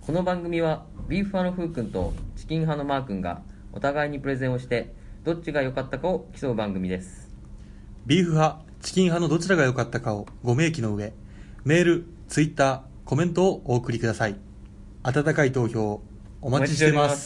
この番組はビーフ派のふうくんとチキン派のマーくんがお互いにプレゼンをしてどっちが良かったかを競う番組です。 ビーフ派、チキン派のどちらが良かったかをご明記の上、メール、ツイッター、コメントをお送りください。温かい投票お待ちしています。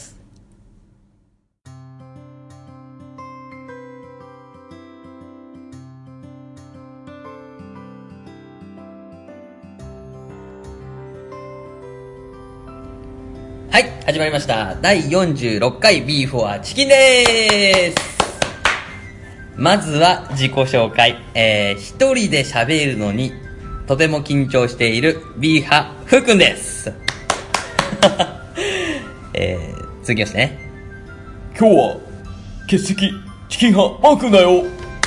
はい、始まりました。第46回ビーフォアチキンでーす。まずは自己紹介。一人で喋るのにとても緊張しているビーフ派ふうくんです。続きましてね。 今日は欠席チキン派マー君だよ。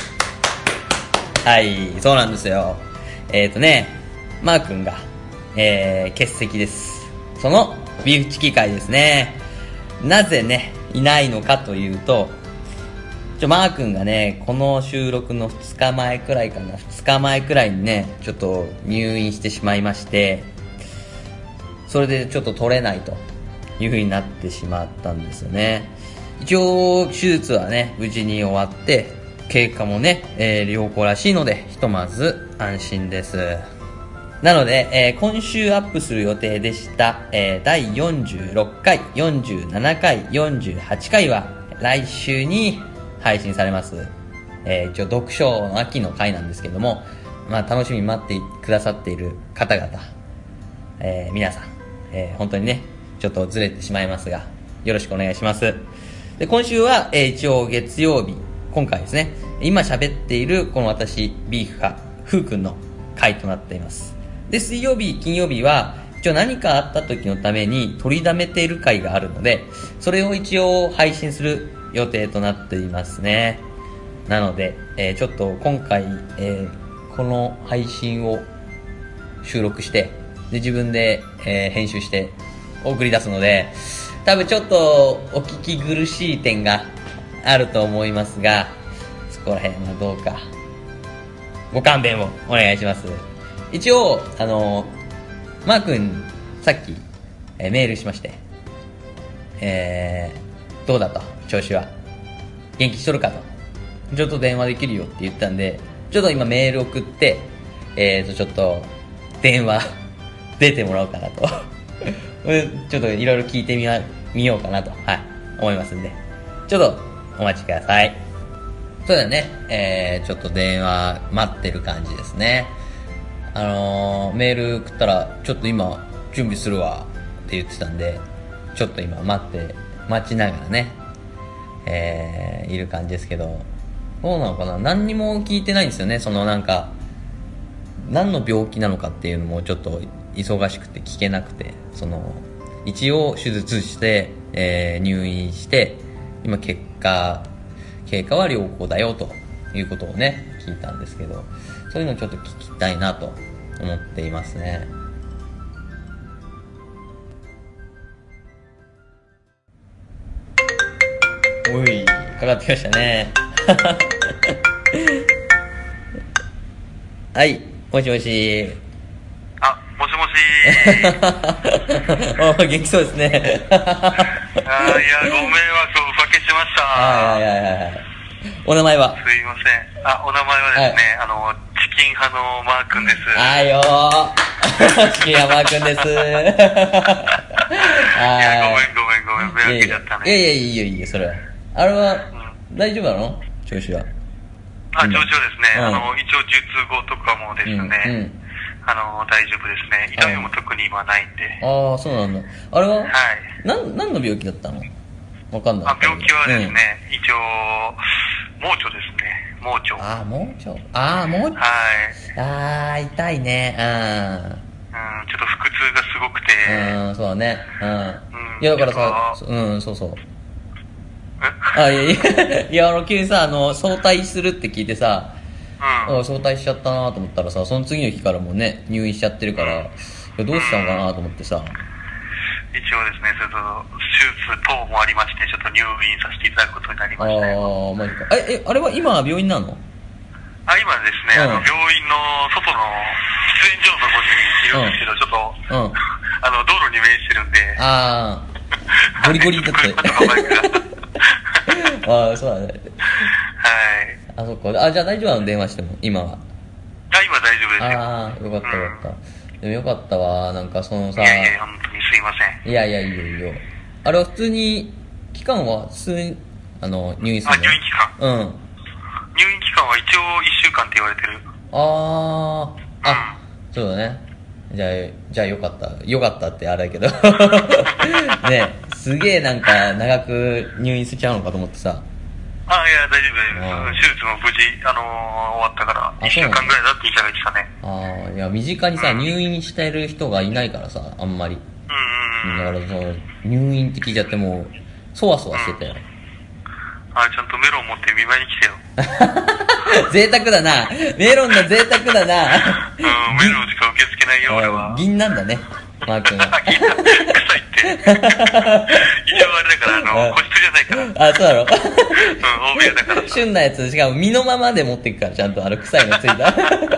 はい、そうなんですよ。マー君が、欠席です。そのビーフチキ会ですね。なぜねいないのかというと、マー君がねこの収録の2日前くらいにねちょっと入院してしまいまして、それでちょっと取れないという風になってしまったんですよね。一応手術はね無事に終わって経過もね、良好らしいのでひとまず安心です。なので、今週アップする予定でした、第46回、47回、48回は来週に配信されます。一応読書の秋の回なんですけども、楽しみに待ってくださっている方々、皆さん、本当にねちょっとずれてしまいますがよろしくお願いします。で、今週は、一応月曜日、今回ですね、今喋っているこの私ビーフ派ふうくんの回となっています。で、水曜日金曜日は一応何かあった時のために取りだめている回があるので、それを一応配信する予定となっていますね。なので、ちょっと今回、この配信を収録してで自分で、編集して送り出すので、多分ちょっとお聞き苦しい点があると思いますが、そこら辺はどうかご勘弁をお願いします。一応マー君さっき、メールしまして、どうだと、調子は元気しとるかと、ちょっと電話できるよって言ったんで、ちょっと今メール送って、ちょっと電話出てもらおうかなとちょっといろいろ聞いてみようかなと、はい、思いますんで、ちょっとお待ちください。そうだね、ちょっと電話待ってる感じですね。メール送ったらちょっと今準備するわって言ってたんで、ちょっと今待ちながらね、いる感じですけど、どうなのかな、何にも聞いてないんですよね。そのなんか何の病気なのかっていうのもちょっと忙しくて聞けなくて、その一応手術して、入院して今経過は良好だよということをね聞いたんですけど、そういうのをちょっと聞きたいなと思っていますね。おい、かかってきましたねはい、もしもし。 もしもしお元気そうですねいや、ご迷惑をおかけしました。 はい。お名前は？ すいません。お名前はですね、チキン派のマー君です。 チキン派マー君ですいや、ごめん、迷惑かけちゃったね。 いや、それは。あれは、大丈夫なの？調子は。 調子はですね、一応術後とかもですね、大丈夫ですね。痛みも特に今ないんで。 そうなんだ。あれは？ はい。 何の病気だったの？わかんない。 病気はですね、一応、盲腸ですね。盲腸。 盲腸。はい。痛いね。 ちょっと腹痛がすごくて。 そうだね。いや、だからさ、そう。いや、急にさ、早退するって聞いてさ、早退しちゃったなと思ったらさ、その次の日からもうね、入院しちゃってるから、どうしたのかなと思ってさ。 一応ですね、それと手術等もありまして、ちょっと入院させていただくことになりましたよ。 マジか。あれは今は病院なの？ 今ですね、病院の外の喫煙所のところにいるんですけど、ちょっと、 道路に面してるんで。 ああ、ゴリゴリだって。ああ、そうだね。 はい。 あ、そっか。あ、じゃあ大丈夫なの電話しても、今は。 今大丈夫ですよ。 ああ、よかったよかった。でもよかったわ、なんかそのさ。 いやいや、本当にすいません。 いやいや、いいよいいよ。あれは普通に、期間は普通に、入院するの？ 入院期間？ うん。 入院期間は一応1週間って言われてる。 そうだね。じゃあよかった。よかったってあれだけど。ねすげえなんか長く入院しちゃうのかと思ってさ。 いや、大丈夫です。手術も無事、終わったから、1週間ぐらいだって医者が言ってたね。 いや、身近にさ、入院してる人がいないからさ、あんまり。だから入院って聞いちゃってもう、そわそわしてたよ。 ちゃんとメロン持って見舞いに来てよ。 贅沢だな。メロンの贅沢だな。 メロンしか受け付けないよ、俺は。 銀なんだね、マー君は。 臭いって。一応あれだから、個室じゃないから。 そうだろ。 大部屋だから。 旬なやつ、しかも身のままで持っていくから、ちゃんと臭いのついた。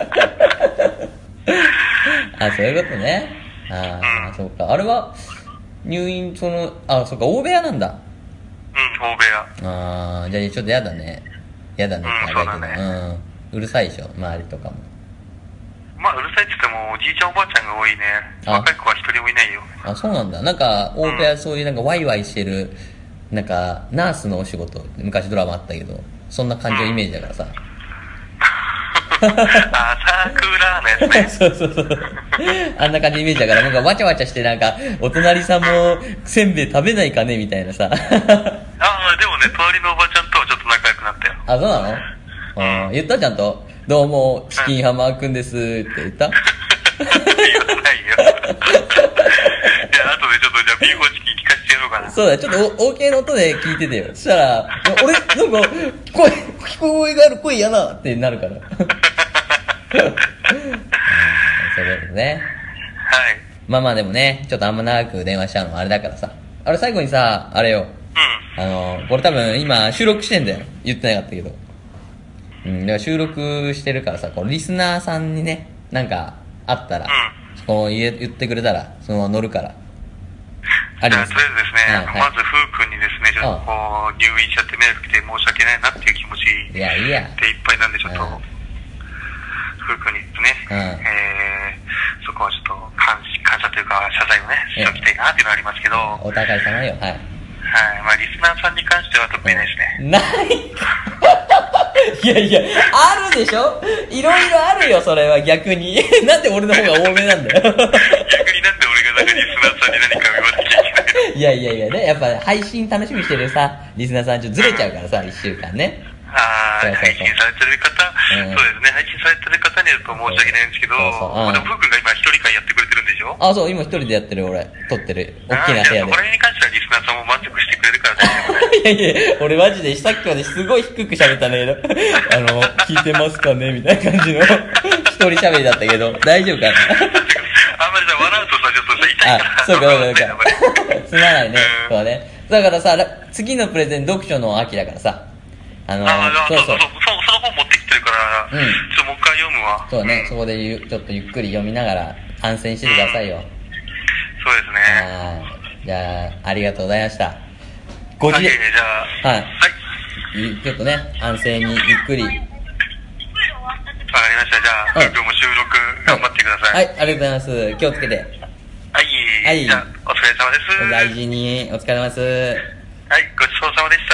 そういうことね。そうか。あれは、入院、そうか、大部屋なんだ。 大部屋。 じゃあちょっとやだね。やだねってあれだけど。うるさいでしょ、周りとかも。 まあ、うるさいって言っても、おじいちゃんおばあちゃんが多いね。若い子は一人もいないよ。 そうなんだ。なんか、大部屋そういうなんかワイワイしてる、なんか、ナースのお仕事、昔ドラマあったけど、そんな感じのイメージだからさ。 桜のやつね。 そう。あんな感じのイメージだから、なんかわちゃわちゃしてなんか、お隣さんもせんべい食べないかねみたいなさ。 でもね、隣のおばちゃんとはちょっと仲良くなったよ。 そうなの？言ったちゃんと。どうも、チキンハマーくんですって言った？ 言わないよ。いや、後でちょっとじゃあビーフォーチキン聞かせてやろうかな。 そうだ、ちょっと大きいの音で聞いててよ。そしたら、俺、なんか、聞こえがある声やなってなるから。そういうことね。 はい。 まあでもね、ちょっとあんま長く電話しちゃうのもあれだからさ。あれ最後にさ、あれよ。これ多分今収録してんだよ。言ってなかったけど。だから収録してるからさ、こうリスナーさんにね、なんかあったら、こう言ってくれたら、そのまま乗るから。 じゃあ、とりあえずですね、まず、ふうくんにですね、ちょっとこう、入院しちゃってメール来て申し訳ないなっていう気持ちでいっぱいなんで、ちょっと、ふうくんにですね、そこはちょっと感謝というか、謝罪をね、しておきたいなっていうのはありますけど、 お互い様よ、はい。 まあ、リスナーさんに関しては特にないですね。 ないいや、あるでしょ？いろいろあるよ、それは逆に。なんで俺の方が多めなんだよ。 逆になんで俺がなんかリスナーさんに何か言わなきゃいけないの？ いやね、やっぱ配信楽しみにしてるさ、リスナーさんちょっとずれちゃうからさ、1週間ね。 配信されてる方、そうですね、配信されてる方には申し訳ないんですけど、でもふうくんが今一人会やってくれてるんでしょ？ そう、今一人でやってる俺、撮ってる。大きな部屋で。 これに関してはリスナーさんも満足してくれるから大丈夫。 いや、俺マジでさっきまですごい低く喋ったね。聞いてますかねみたいな感じの一人喋りだったけど、大丈夫かな？ あんまりさ、笑うとさ、ちょっとさ、痛いから。 そうか。すまないね。そうね。だからさ、次のプレゼン読書の秋だからさ。 その本持ってきてるから、ちょっともう一回読むわ。 そうね、そこでちょっとゆっくり読みながら観戦してくださいよ。 そうですね。 じゃあ、ありがとうございました。 じゃあ、はい。 ちょっとね、安静にゆっくり。 わかりました。じゃあ、今日も収録頑張ってください。 はい、ありがとうございます。気をつけて。 はい。じゃあ、お疲れ様です。 お大事に、お疲れ様です。 はい、ごちそうさまでした。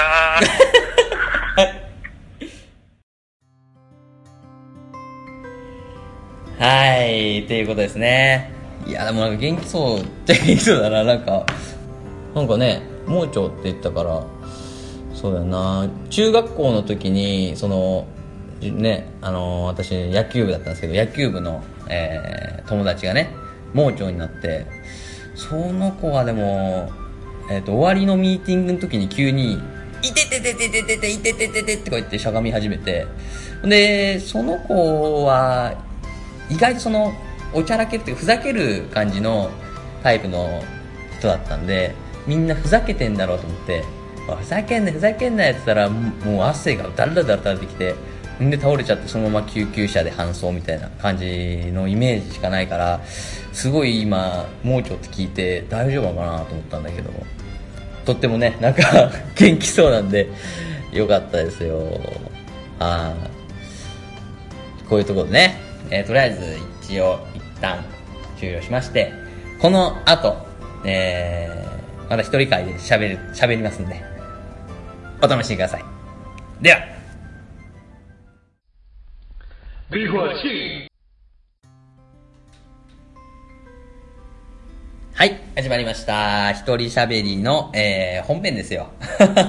はい、っていうことですね。いや、でもなんか元気そうっちゃ元気そうだな。なんかね、盲腸って言ったから、そうだよな。中学校の時に、私野球部だったんですけど、野球部の、友達がね、盲腸になって、その子はでも、終わりのミーティングの時に急に、いててててててていててててってこうやってしゃがみ始めて、で、その子は、意外とおちゃらけっていうかふざける感じのタイプの人だったんで、みんなふざけてんだろうと思って、ふざけんなよって言ったら、もう汗がだらだら垂れてきて、 で倒れちゃってそのまま救急車で搬送みたいな感じのイメージしかないから、すごい今盲腸って聞いて大丈夫かなと思ったんだけども、とってもねなんか元気そうなんでよかったですよ。こういうところでね、とりあえず一応一旦終了しまして、この後、また一人会で喋りますんでお楽しみください。でははい、始まりました。一人喋りの、本編ですよ。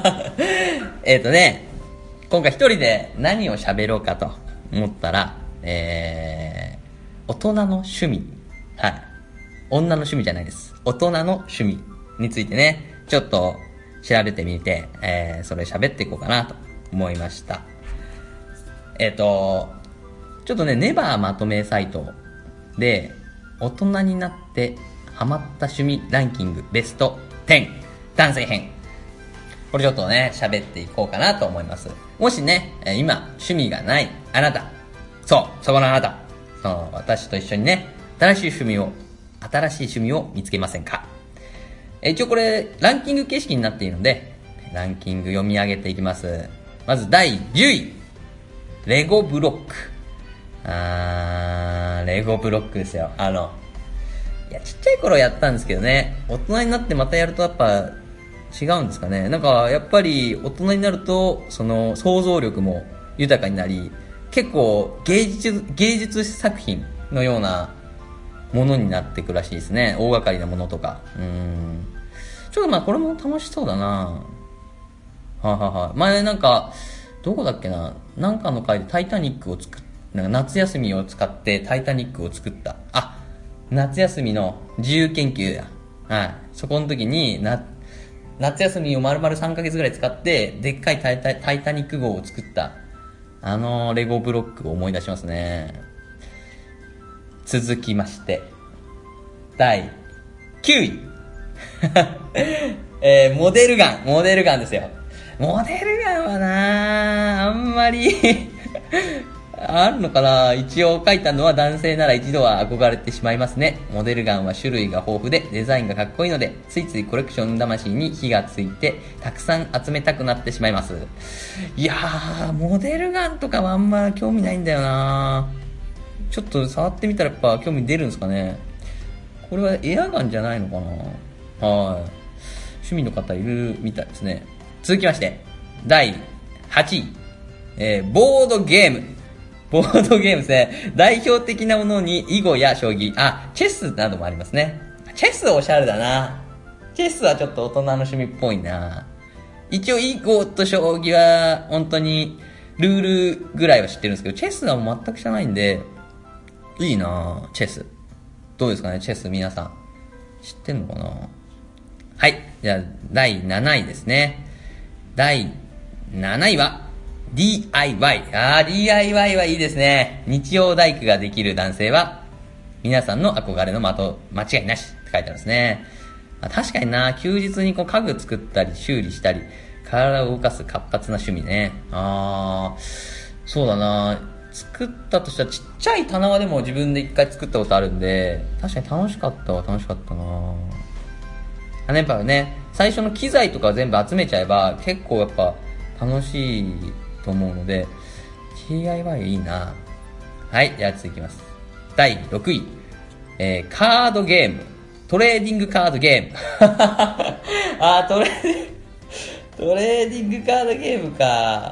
今回一人で何を喋ろうかと思ったら、大人の趣味。はい。女の趣味じゃないです。大人の趣味についてね、ちょっと調べてみて、それ喋っていこうかなと思いました。ちょっとね、ネバーまとめサイトで、大人になってハマった趣味ランキングベスト10男性編。これちょっとね、喋っていこうかなと思います。もしね、今、趣味がないあなた。そこのあなた。私と一緒にね、新しい趣味を見つけませんか？一応これ、ランキング形式になっているので、ランキング読み上げていきます。まず第10位。レゴブロック。レゴブロックですよ。いや、ちっちゃい頃やったんですけどね、大人になってまたやるとやっぱ違うんですかね。なんか、やっぱり大人になると、想像力も豊かになり、結構芸術作品のようなものになってくらしいですね。大掛かりなものとか。ちょっとこれも楽しそうだな。前なんか、どこだっけな、なんかの回でタイタニックをなんか夏休みを使ってタイタニックを作った。夏休みの自由研究だ。はい。そこの時に、夏休みを丸々3ヶ月ぐらい使って、でっかいタイタニック号を作った。レゴブロックを思い出しますね。続きまして、第9位。モデルガンですよ。モデルガンはあんまりあるのかな。一応書いたのは、男性なら一度は憧れてしまいますね。モデルガンは種類が豊富でデザインがかっこいいので、ついついコレクション魂に火がついてたくさん集めたくなってしまいます。いやー、モデルガンとかはあんま興味ないんだよな。ちょっと触ってみたらやっぱ興味出るんですかね。これはエアガンじゃないのかな。趣味の方いるみたいですね。続きまして第8位、ボードゲームですね。代表的なものに囲碁や将棋、チェスなどもありますね。チェスおしゃれだな。チェスはちょっと大人の趣味っぽいな。一応囲碁と将棋は本当にルールぐらいは知ってるんですけど、チェスは全く知らないんで、いいなチェス。どうですかね、チェス皆さん。知ってんのかな。はい。じゃあ、第7位ですね。第7位は、DIY。DIY はいいですね。日曜大工ができる男性は、皆さんの憧れの的、間違いなしって書いてあるんですね。確かにな、休日に家具作ったり、修理したり、体を動かす活発な趣味ね。そうだな。作ったとしたらちっちゃい棚はでも自分で一回作ったことあるんで、確かに楽しかったな。やっぱね、最初の機材とか全部集めちゃえば結構やっぱ楽しいと思うので、DIY いいな。はい、じゃあ続きます。第6位、カードゲーム、トレーディングカードゲーム。トレーディングカードゲームか。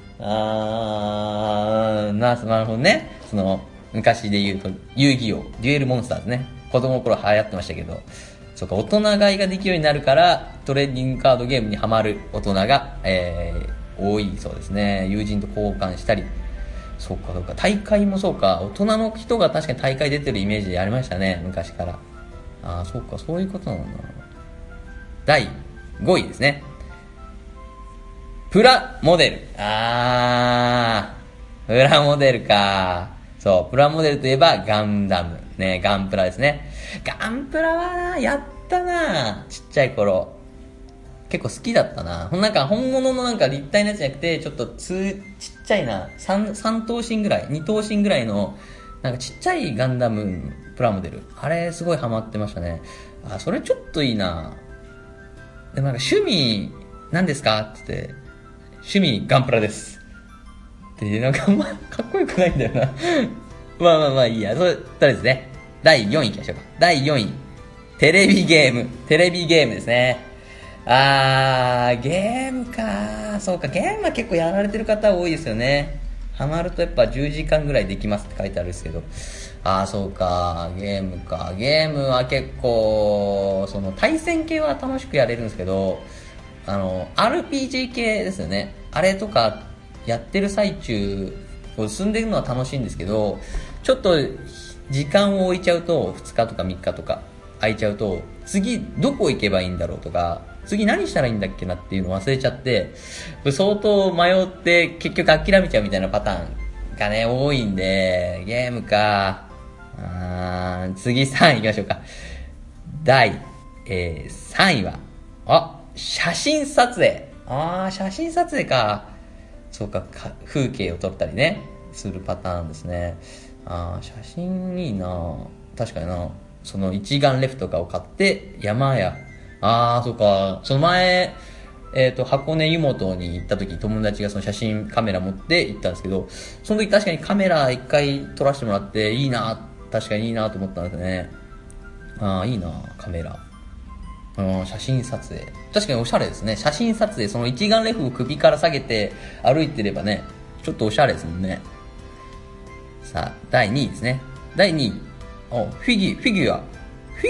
なるほどね。昔で言うと、遊戯王、デュエルモンスターズね。子供の頃流行ってましたけど、そうか、大人買いができるようになるから、トレーディングカードゲームにハマる大人が、多いそうですね。友人と交換したり。そうか。大会もそうか。大人の人が確かに大会出てるイメージでありましたね。昔から。そうか。そういうことなんだ。第5位ですね。プラモデル。プラモデルか。そう、プラモデルといえばガンダム。ね、ガンプラですね。ガンプラはやったな。ちっちゃい頃。 結構好きだったな。なんか本物のなんか立体のやつじゃなくて、ちょっとちっちゃいな、3頭身ぐらい、2頭身ぐらいの、なんかちっちゃいガンダムプラモデル。あれすごいハマってましたね。あ、それちょっといいな。でもなんか趣味、何ですかって言って、趣味ガンプラです。で、なんかかっこよくないんだよな。まあいいや。それ、とりあえずね。第4位いきましょうか。第4位。テレビゲームですね。ゲームか。そうか、ゲームは結構やられてる方多いですよね。ハマるとやっぱ10時間ぐらいできますって書いてあるんですけど。そうか、ゲームか。ゲームは結構、対戦系は楽しくやれるんですけど、RPG 系ですよね。あれとか、やってる最中、進んでいるのは楽しいんですけど、ちょっと、時間を置いちゃうと、2日とか3日とか空いちゃうと、次どこ行けばいいんだろうとか、次何したらいいんだっけなっていうのを忘れちゃって、相当迷って結局諦めちゃうみたいなパターンがね、多いんで、ゲームか。次3位行きましょうか。第、3位は、写真撮影。写真撮影か。そうか、風景を撮ったりね、するパターンですね。写真いいな。確かにな。その一眼レフとかを買って山や、そうか、その前、箱根湯本に行った時、友達がその写真カメラ持って行ったんですけど、その時確かにカメラ一回撮らせてもらって、いいな、確かにいいなと思ったんですね。いいな、カメラ。写真撮影。確かにおしゃれですね。写真撮影、その一眼レフを首から下げて歩いてればね、ちょっとおしゃれですもんね。さあ、第2位ですね。第2位。フィギュア。フ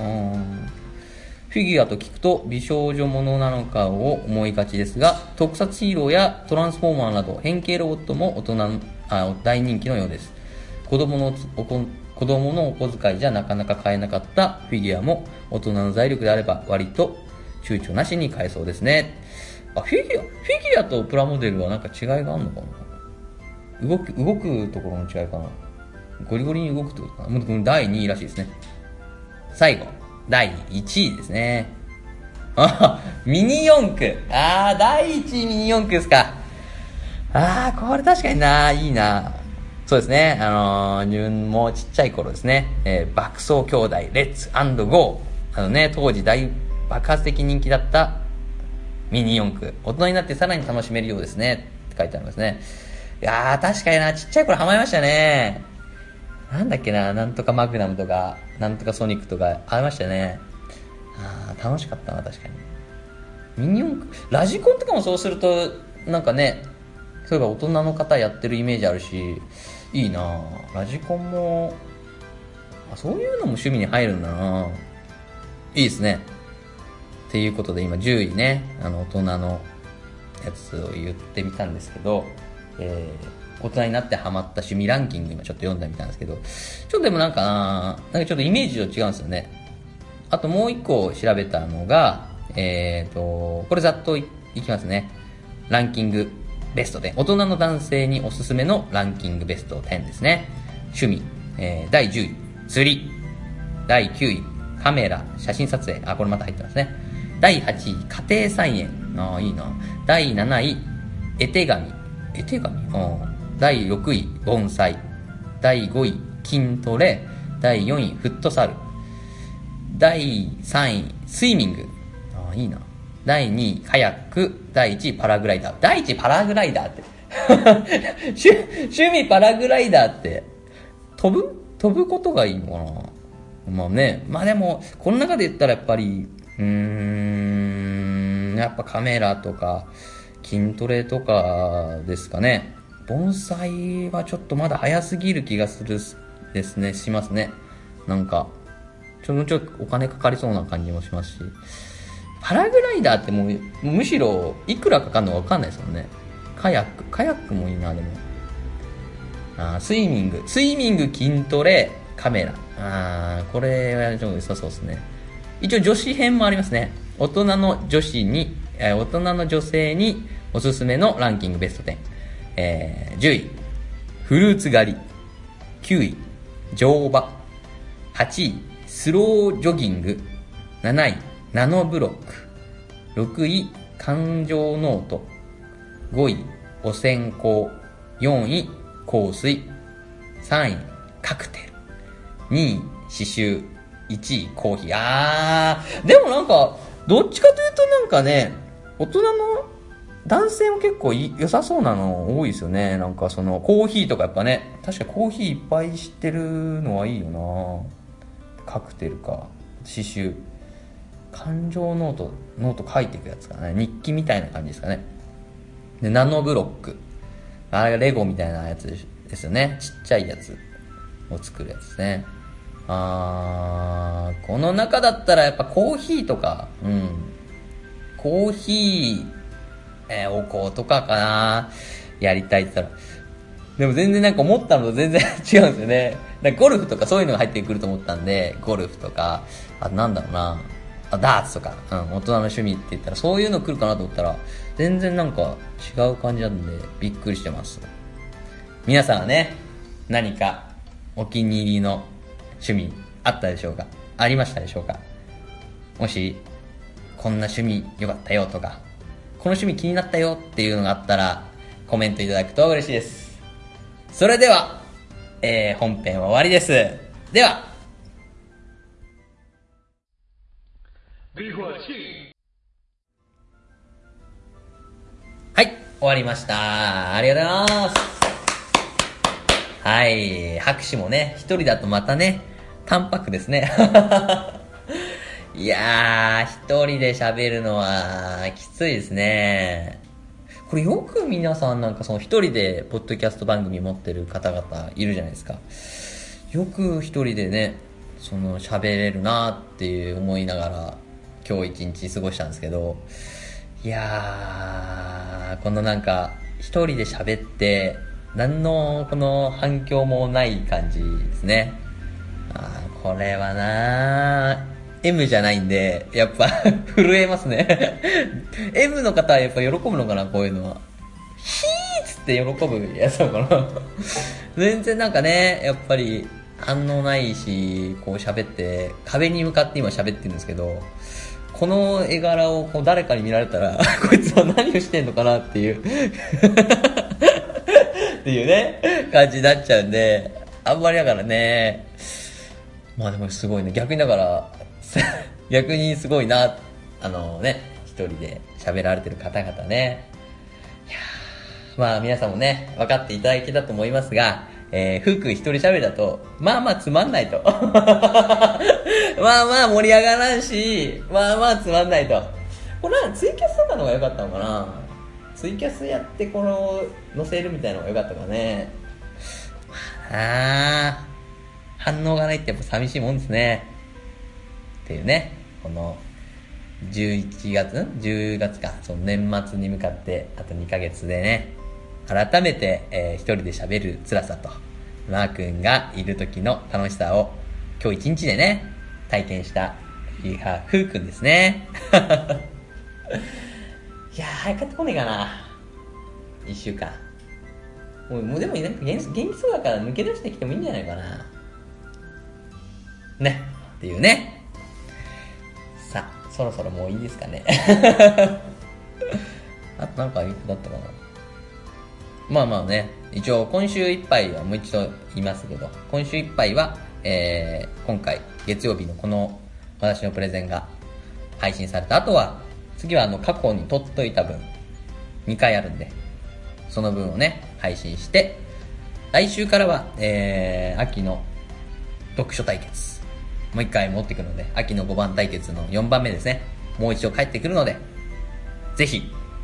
ィギュアと聞くと美少女ものなのかを思いがちですが、特撮ヒーローやトランスフォーマーなど変形ロボットも大人気のようです。子供のお小遣いじゃなかなか買えなかったフィギュアも大人の財力であれば割と躊躇なしに買えそうですね。フィギュアとプラモデルはなんか違いがあるのかな。動くところの違いかな。ゴリゴリに動くってことかな。第2位らしいですね。最後、第1位ですね。ミニ四駆。第1位ミニ四駆ですか。これ確かにな、いいな。そうですね。自分もちっちゃい頃ですね。爆走兄弟、レッツ&ゴー。当時大爆発的人気だったミニ四駆。大人になってさらに楽しめるようですね。って書いてありますね。確かにな、ちっちゃい頃ハマりましたね。なんだっけな、なんとかマグナムとか、なんとかソニックとかありましたね。楽しかったな、確かに。ミニ四駆、ラジコンとかもそうすると、なんかね、そういえば大人の方やってるイメージあるし、いいな。ラジコンも、そういうのも趣味に入るんだな。いいですね。っていうことで今10位ね、大人のやつを言ってみたんですけど、大人になってハマった趣味ランキング今ちょっと読んでみたんですけど、ちょっとでもなんかちょっとイメージと違うんですよね。あともう一個調べたのが、これざっといきますね。ランキングベスト10。大人の男性におすすめのランキングベスト10ですね。趣味。第10位、釣り。第9位、カメラ、写真撮影。これまた入ってますね。第8位、家庭菜園。いいな。第7位、絵手紙。絵手紙？第6位、盆栽。第5位、筋トレ。第4位、フットサル。第3位、スイミング。いいな。第2位、カヤック。第1位、パラグライダー。第1位、パラグライダーって。趣味パラグライダーって、飛ぶことがいいのかな。まあね。まあでも、この中で言ったらやっぱり、やっぱカメラとか、筋トレとかですかね。盆栽はちょっとまだ早すぎる気がするですね、しますね。なんか、ちょっとお金かかりそうな感じもしますし。パラグライダーってもう、むしろ、いくらかかるのかわかんないですもんね。カヤックもいいな、でも。スイミング、筋トレ、カメラ。これはちょっと良さそうですね。一応女子編もありますね。大人の女性におすすめのランキングベスト10。10位、フルーツ狩り。9位、乗馬。8位、スロージョギング。7位、ナノブロック。 6位、感情ノート。5位、お線香。4位、香水。3位、カクテル。2位、刺繍。1位、コーヒー。でもなんか、どっちかというとなんかね、大人の男性も結構良さそうなの多いですよね。なんかその、コーヒーとかやっぱね、確かコーヒーいっぱい知ってるのはいいよな。カクテルか、刺繍。感情ノート書いていくやつかね。日記みたいな感じですかね。で、ナノブロック。あれがレゴみたいなやつですよね。ちっちゃいやつを作るやつですね。この中だったらやっぱコーヒーとか、コーヒー、お香とかかな。やりたいって言ったら。でも全然なんか思ったのと全然違うんですよね。なんかゴルフとかそういうのが入ってくると思ったんで、ゴルフとか、なんだろうな。ダーツとか、大人の趣味って言ったらそういうの来るかなと思ったら、全然なんか違う感じなんで、びっくりしてます。皆さんはね、何かお気に入りの趣味あったでしょうか？ありましたでしょうか？もし、こんな趣味良かったよとか、この趣味気になったよっていうのがあったら、コメントいただくと嬉しいです。それでは、本編は終わりです。では、はい、終わりました。ありがとうございます。はい、拍手もね、一人だとまたね、淡白ですね。いやー、一人で喋るのは、きついですね。これよく皆さんなんかその一人で、ポッドキャスト番組持ってる方々いるじゃないですか。よく一人でね、その喋れるなっていう思いながら、今日一日過ごしたんですけど、いやー、このなんか、一人で喋って、何のこの反響もない感じですね。これはなー、M じゃないんで、やっぱ震えますね。M の方はやっぱ喜ぶのかな、こういうのは。ヒーつって喜ぶやつなのかな。全然なんかね、やっぱり反応ないし、こう喋って、壁に向かって今喋ってるんですけど、この絵柄をこう誰かに見られたら、こいつは何をしてんのかなっていうっていうね、感じになっちゃうんで、あんまりだからね、まあでもすごいね、逆にだから、逆にすごいな、一人で喋られてる方々ね。いやまあ皆さんもね、分かっていただけたと思いますが、ふうくん一人喋りだと、まあまあつまんないと。まあまあ盛り上がらんし、まあまあつまんないと。これツイキャスとかの方が良かったのかな？ツイキャスやってこの、載せるみたいなのが良かったかね。反応がないってやっぱ寂しいもんですね。っていうね、この、10月か、その年末に向かって、あと2ヶ月でね、改めて、一人で喋る辛さと、マー君がいる時の楽しさを、今日一日でね、体験した、ふうくんですね。いやー、早く帰ってこねえかな。1週間。もうでもなんか元気そうだから抜け出してきてもいいんじゃないかな。ね。っていうね。さあ、そろそろもういいですかね。あとなんか言うことだったかな。まあまあね、一応今週いっぱいはもう一度言いますけど、今週いっぱいは、今回月曜日のこの私のプレゼンが配信された後は、次は過去に撮っといた分2回あるんで、その分をね配信して、来週からは、秋の読書対決もう1回持ってくるので、秋の5番対決の4番目ですね、もう一度帰ってくるので、ぜひ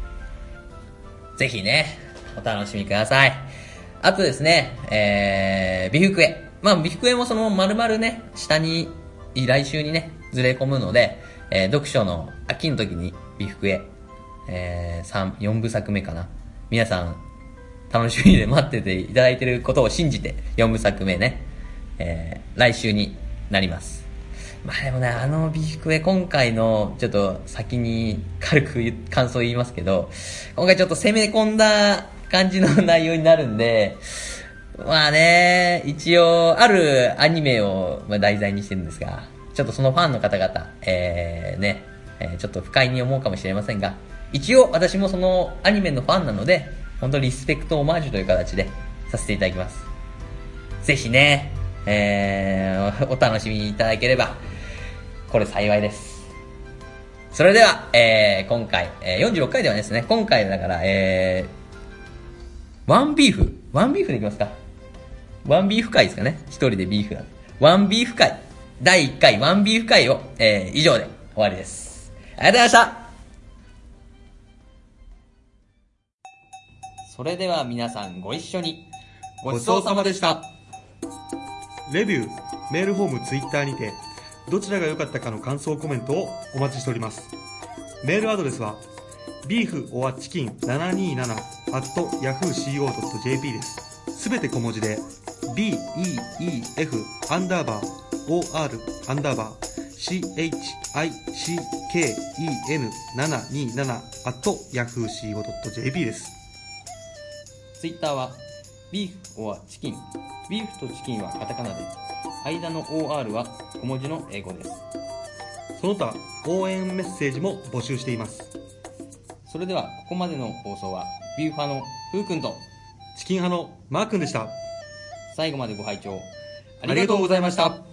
ねお楽しみください。あとですね、美福絵、まあ美福絵もその丸々ね下に来週にねずれ込むので、読書の秋の時に美福絵、4部作目かな、皆さん楽しみで待ってていただいていることを信じて4部作目ね、来週になります。まあでもね、美福絵今回のちょっと先に軽く感想言いますけど、今回ちょっと攻め込んだ感じの内容になるんで、まあね、一応あるアニメを題材にしてるんですが、ちょっとそのファンの方々、ね、 ちょっと不快に思うかもしれませんが、一応私もそのアニメのファンなので、本当にリスペクトオマージュという形でさせていただきます。ぜひね、お楽しみいただければ、これ幸いです。それでは、今回、46回ではですね、今回だから、ワンビーフでいきますか。ワンビーフ会ですかね。一人でビーフだ。ワンビーフ会。第1回ワンビーフ会を、以上で終わりです。ありがとうございました。それでは皆さんご一緒に。ごちそうさまでした。 レビュー、メールフォーム、ツイッターにて、どちらが良かったかの感想コメントをお待ちしております。メールアドレスは、beef@yahooco.jp です。すべて小文字で、beef_or_chicken727@yahooco.jp です。 ツイッターは、ビーフオアチキン。ビーフとチキンはカタカナで、間の OR は小文字の英語です。 その他、応援メッセージも募集しています。 それでは、ここまでの放送は、ビーフ派のふうくんと、 チキン派のマーくんでした。 最後までご拝聴ありがとうございました。